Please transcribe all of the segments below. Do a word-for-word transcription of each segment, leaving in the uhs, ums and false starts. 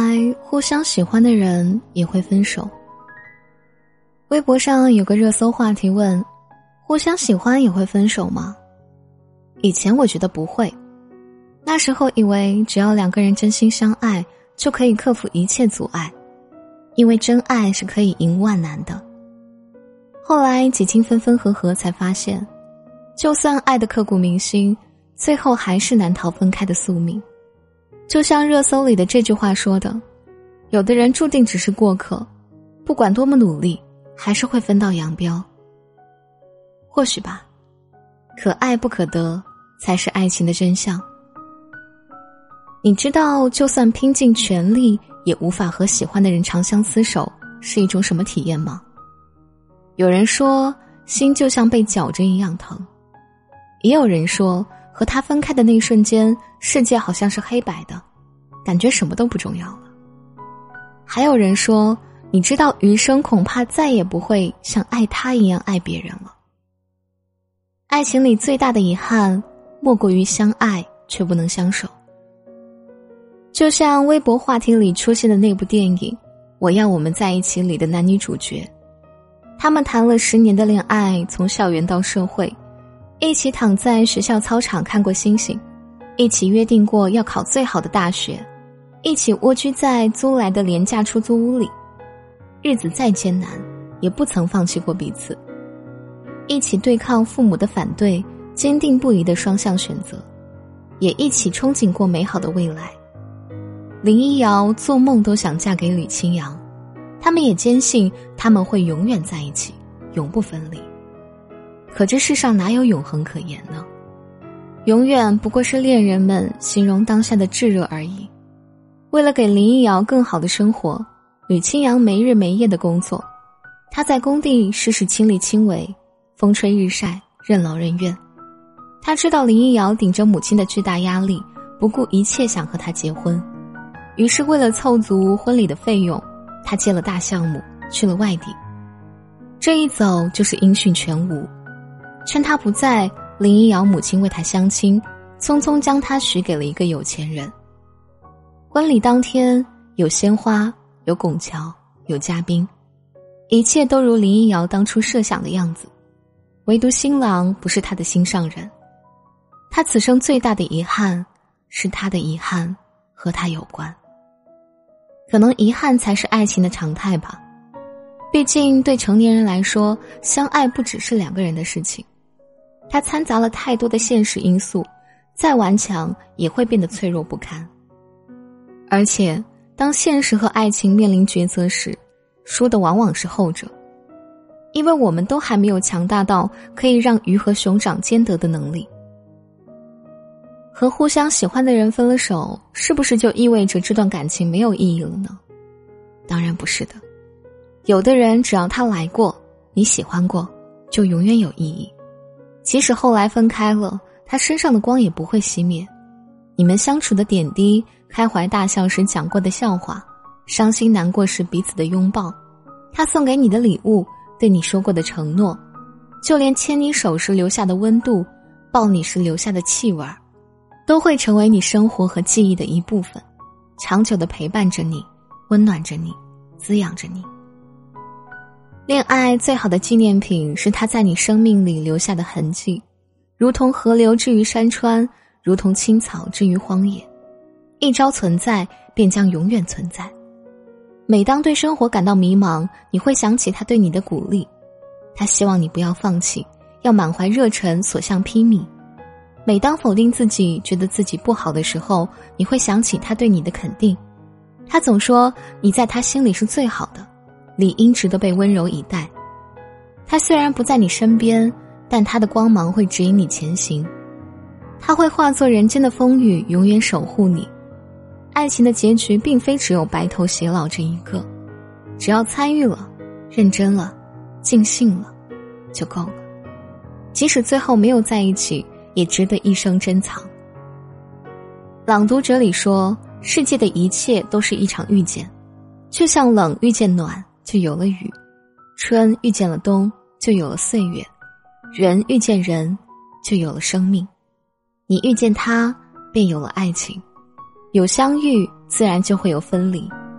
来互相喜欢的人也会分手。微博上有个热搜话题问，互相喜欢也会分手吗？以前我觉得不会，那时候以为只要两个人真心相爱就可以克服一切阻碍，因为真爱是可以赢万难的。后来几经分分合合才发现，就算爱得刻骨铭心，最后还是难逃分开的宿命。就像热搜里的这句话说的，有的人注定只是过客，不管多么努力，还是会分道扬镳。或许吧，可爱不可得，才是爱情的真相。你知道就算拼尽全力也无法和喜欢的人长相厮守是一种什么体验吗？有人说心就像被绞着一样疼，也有人说和他分开的那一瞬间，世界好像是黑白的，感觉什么都不重要了。还有人说，你知道余生恐怕再也不会像爱他一样爱别人了。爱情里最大的遗憾，莫过于相爱却不能相守。就像微博话题里出现的那部电影《我要我们在一起》里的男女主角，他们谈了十年的恋爱，从校园到社会，一起躺在学校操场看过星星，一起约定过要考最好的大学，一起蜗居在租来的廉价出租屋里，日子再艰难也不曾放弃过彼此，一起对抗父母的反对，坚定不移的双向选择，也一起憧憬过美好的未来。林一瑶做梦都想嫁给吕清扬，他们也坚信他们会永远在一起，永不分离。可这世上哪有永恒可言呢？永远不过是恋人们形容当下的炙热而已。为了给林一瑶更好的生活，吕清扬没日没夜的工作，他在工地事事亲力亲为，风吹日晒，任劳任怨。他知道林一瑶顶着母亲的巨大压力，不顾一切想和他结婚，于是为了凑足婚礼的费用，他接了大项目，去了外地。这一走就是音讯全无，趁他不在，林一瑶母亲为他相亲，匆匆将他许给了一个有钱人。婚礼当天，有鲜花，有拱桥，有嘉宾，一切都如林一瑶当初设想的样子，唯独新郎不是他的心上人。他此生最大的遗憾，是他的遗憾和他有关。可能遗憾才是爱情的常态吧，毕竟对成年人来说，相爱不只是两个人的事情，它掺杂了太多的现实因素，再顽强也会变得脆弱不堪。而且当现实和爱情面临抉择时，输的往往是后者，因为我们都还没有强大到可以让鱼和熊掌兼得的能力。和互相喜欢的人分了手，是不是就意味着这段感情没有意义了呢？当然不是的。有的人只要他来过，你喜欢过，就永远有意义。即使后来分开了，他身上的光也不会熄灭。你们相处的点滴，开怀大笑时讲过的笑话，伤心难过时彼此的拥抱，他送给你的礼物，对你说过的承诺，就连牵你手时留下的温度，抱你时留下的气味，都会成为你生活和记忆的一部分，长久地陪伴着你，温暖着你，滋养着你。恋爱最好的纪念品是它在你生命里留下的痕迹，如同河流之于山川，如同青草之于荒野，一朝存在便将永远存在。每当对生活感到迷茫，你会想起他对你的鼓励，他希望你不要放弃，要满怀热忱，所向披靡。每当否定自己，觉得自己不好的时候，你会想起他对你的肯定。他总说你在他心里是最好的，理应值得被温柔以待。他虽然不在你身边，但他的光芒会指引你前行。他会化作人间的风雨，永远守护你。爱情的结局并非只有白头偕老这一个，只要参与了，认真了，尽兴了，就够了。即使最后没有在一起，也值得一生珍藏。朗读者里说，世界的一切都是一场遇见，就像冷遇见暖，就有了雨；春遇见了冬，就有了岁月；人遇见人，就有了生命。你遇见他，便有了爱情。有相遇，自然就会有分离。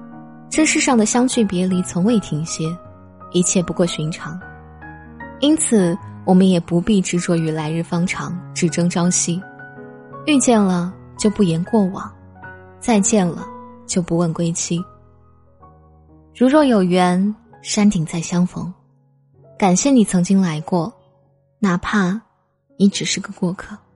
这世上的相聚别离从未停歇，一切不过寻常。因此我们也不必执着于来日方长，只争朝夕。遇见了就不言过往，再见了就不问归期。如若有缘，山顶再相逢。感谢你曾经来过，哪怕你只是个过客。